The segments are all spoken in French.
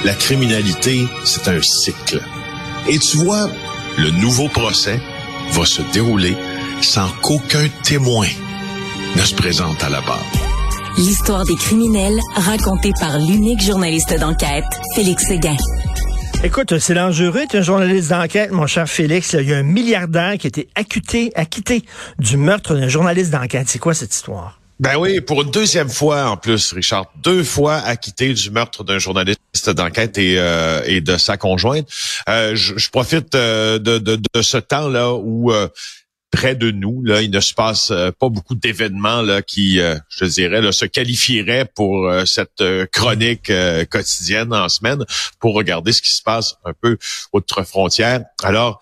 La criminalité, c'est un cycle. Et tu vois, le nouveau procès va se dérouler sans qu'aucun témoin ne se présente à la barre. L'histoire des criminels racontée par l'unique journaliste d'enquête, Félix Séguin. Écoute, c'est dangereux, tu es un journaliste d'enquête, mon cher Félix. Il y a un milliardaire qui a été acquitté du meurtre d'un journaliste d'enquête. C'est quoi cette histoire? Ben oui, pour une deuxième fois en plus, Richard. 2 fois acquitté du meurtre d'un journaliste d'enquête et de sa conjointe. Je profite de ce temps-là où près de nous, là, il ne se passe pas beaucoup d'événements là qui, je dirais, là, se qualifieraient pour cette chronique quotidienne en semaine pour regarder ce qui se passe un peu outre-frontière. Alors,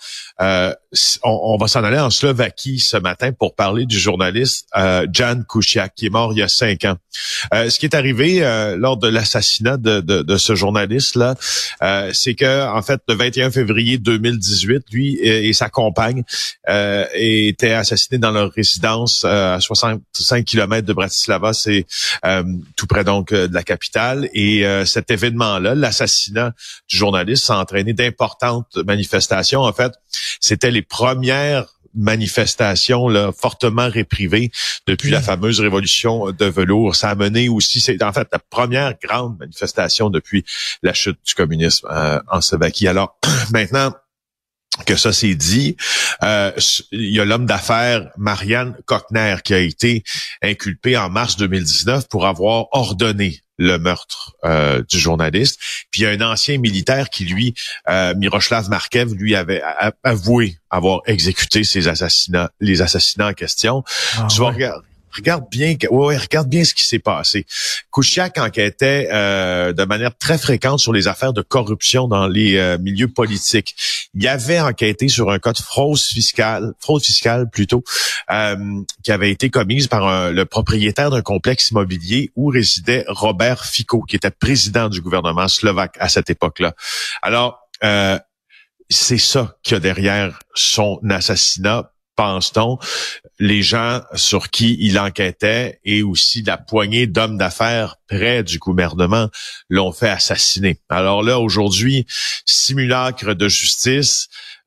on va s'en aller en Slovaquie ce matin pour parler du journaliste Jan Kuciak, qui est mort il y a 5 ans. Ce qui est arrivé lors de l'assassinat de ce journaliste-là, c'est que, en fait, le 21 février 2018, lui et sa compagne étaient assassinés dans leur résidence à 65 km de Bratislava, c'est tout près donc de la capitale. Et cet événement-là, l'assassinat du journaliste, a entraîné d'importantes manifestations. En fait, c'était les premières manifestations là, fortement réprimées depuis la fameuse révolution de velours. Ça a mené aussi, c'est en fait la première grande manifestation depuis la chute du communisme en Slovaquie. Alors maintenant que ça s'est dit, il y a l'homme d'affaires Marian Kochner qui a été inculpé en mars 2019 pour avoir ordonné le meurtre du journaliste. Puis il y a un ancien militaire qui, lui, Miroslav Markev, lui avait avoué avoir exécuté les assassinats en question. Tu vas regarde bien ce qui s'est passé. Kuciak enquêtait de manière très fréquente sur les affaires de corruption dans les milieux politiques. Il avait enquêté sur un cas de fraude fiscale plutôt, qui avait été commise par le propriétaire d'un complexe immobilier où résidait Robert Fico, qui était président du gouvernement slovaque à cette époque-là. Alors, c'est ça qu'il y a derrière son assassinat, pense-t-on. Les gens sur qui il enquêtait et aussi la poignée d'hommes d'affaires près du gouvernement l'ont fait assassiner. Alors là, aujourd'hui, simulacre de justice,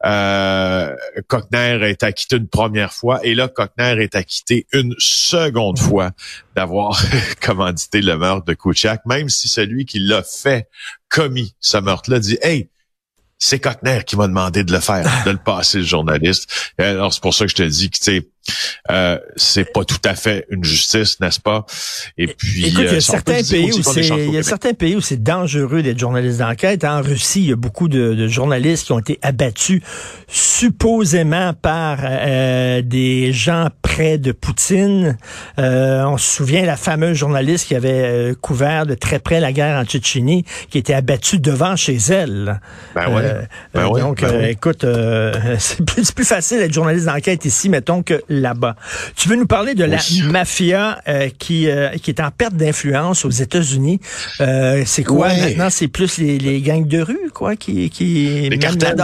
Kochner est acquitté une première fois et là, Kochner est acquitté une seconde fois d'avoir commandité le meurtre de Kuciak, même si celui qui l'a commis ce meurtre-là dit « Hey, c'est Kochner qui m'a demandé de le faire, de le passer le journaliste. » Alors, c'est pour ça que je te dis que, tu sais, c'est pas tout à fait une justice, n'est-ce pas? Et puis, écoute, il y a certains pays où c'est dangereux d'être journaliste d'enquête. En Russie, il y a beaucoup de journalistes qui ont été abattus supposément par des gens près de Poutine. On se souvient la fameuse journaliste qui avait couvert de très près la guerre en Tchétchénie, qui était abattue devant chez elle. Écoute, c'est plus facile d'être journaliste d'enquête ici, mettons, que là-bas. Tu veux nous parler de la mafia qui est en perte d'influence aux États-Unis. C'est quoi maintenant? C'est plus les gangs de rue, quoi, qui les cartels.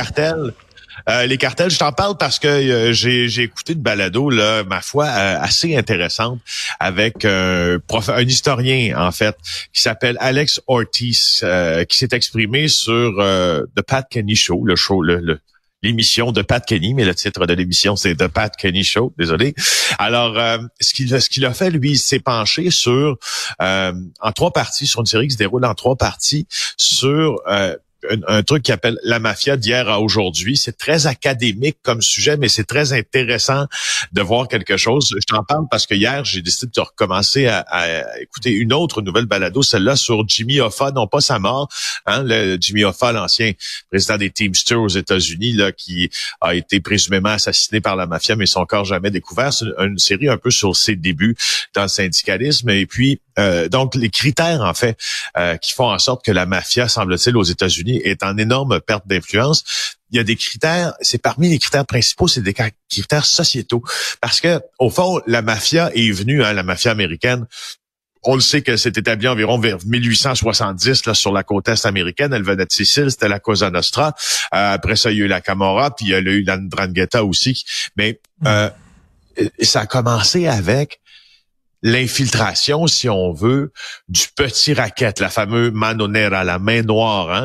Les cartels, je t'en parle parce que j'ai écouté une balado, là, ma foi, assez intéressante avec un historien, en fait, qui s'appelle Alex Ortiz, qui s'est exprimé sur The Pat Kenny Show, l'émission de Pat Kenny, mais le titre de l'émission, c'est The Pat Kenny Show, désolé. Alors, ce qu'il a fait, lui, il s'est penché sur, en 3 parties, sur une série qui se déroule en 3 parties, sur un truc qui appelle la mafia d'hier à aujourd'hui. C'est très académique comme sujet, mais c'est très intéressant de voir quelque chose. Je t'en parle parce que hier, j'ai décidé de recommencer à écouter une autre nouvelle balado, celle-là sur Jimmy Hoffa, non pas sa mort, le Jimmy Hoffa, l'ancien président des Teamsters aux États-Unis, là, qui a été présumément assassiné par la mafia, mais son corps jamais découvert. C'est une série un peu sur ses débuts dans le syndicalisme. Et puis, donc, les critères, en fait, qui font en sorte que la mafia, semble-t-il, aux États-Unis, est en énorme perte d'influence. Il y a des critères, c'est parmi les critères principaux, c'est des critères sociétaux. Parce que, au fond, la mafia est venue, la mafia américaine, on le sait que c'est établi environ vers 1870 là sur la côte est américaine. Elle venait de Sicile, c'était la Cosa Nostra. Après ça, il y a eu la Camorra, puis il y a eu la 'Ndrangheta aussi. Mais ça a commencé avec l'infiltration, si on veut, du petit racket, la fameuse mano nera, la main noire,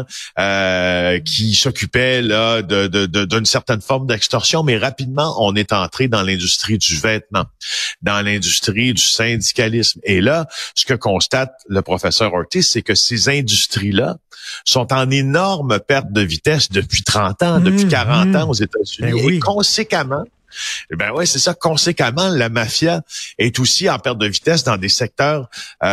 qui s'occupait là d'une certaine forme d'extorsion, mais rapidement, on est entré dans l'industrie du vêtement, dans l'industrie du syndicalisme. Et là, ce que constate le professeur Ortiz, c'est que ces industries-là sont en énorme perte de vitesse depuis 30 ans, depuis 40 ans aux États-Unis. Ben oui. Et conséquemment, conséquemment, la mafia est aussi en perte de vitesse dans des secteurs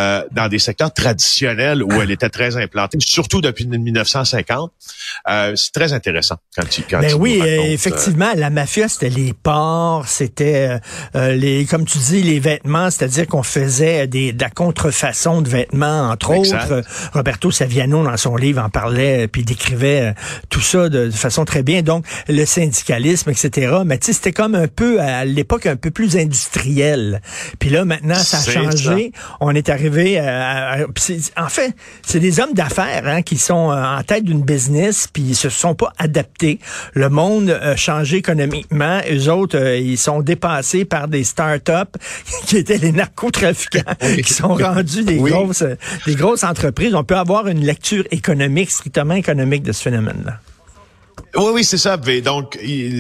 traditionnels où elle était très implantée, surtout depuis 1950. C'est très intéressant quand tu oui, effectivement, la mafia, c'était les ports, c'était comme tu dis, les vêtements, c'est-à-dire qu'on faisait de la contrefaçon de vêtements, entre autres. Roberto Saviano, dans son livre, en parlait, puis décrivait tout ça de façon très bien. Donc, le syndicalisme, etc. Mais tu sais, c'était comme un peu, à l'époque, un peu plus industriel. Puis là, maintenant, ça a changé. On est arrivé en fait, c'est des hommes d'affaires qui sont en tête d'une business, puis ils se sont pas adaptés. Le monde a changé économiquement. Eux autres, ils sont dépassés par des start-up qui étaient les narcotrafiquants, qui sont rendus des grosses entreprises. On peut avoir une lecture économique, strictement économique de ce phénomène-là. Oui, c'est ça. Donc,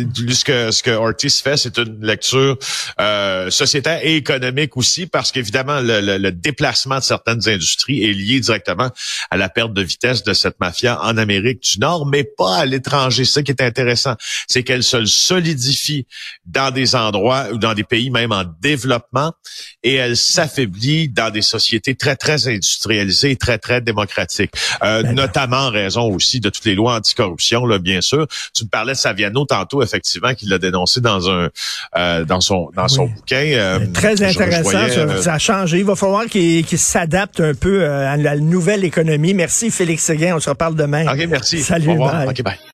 ce que Ortiz fait, c'est une lecture sociétaire et économique aussi, parce qu'évidemment, le déplacement de certaines industries est lié directement à la perte de vitesse de cette mafia en Amérique du Nord, mais pas à l'étranger. C'est ça qui est intéressant, c'est qu'elle se solidifie dans des endroits ou dans des pays même en développement, et elle s'affaiblit dans des sociétés très, très industrialisées et très, très démocratiques. Notamment en raison aussi de toutes les lois anticorruption, là, bien sûr. Tu me parlais de Saviano tantôt, effectivement, qui l'a dénoncé dans son bouquin. Très intéressant, ça a changé. Il va falloir qu'il s'adapte un peu à la nouvelle économie. Merci Félix Séguin, on se reparle demain. OK, merci. Salut. Au revoir. OK, bye.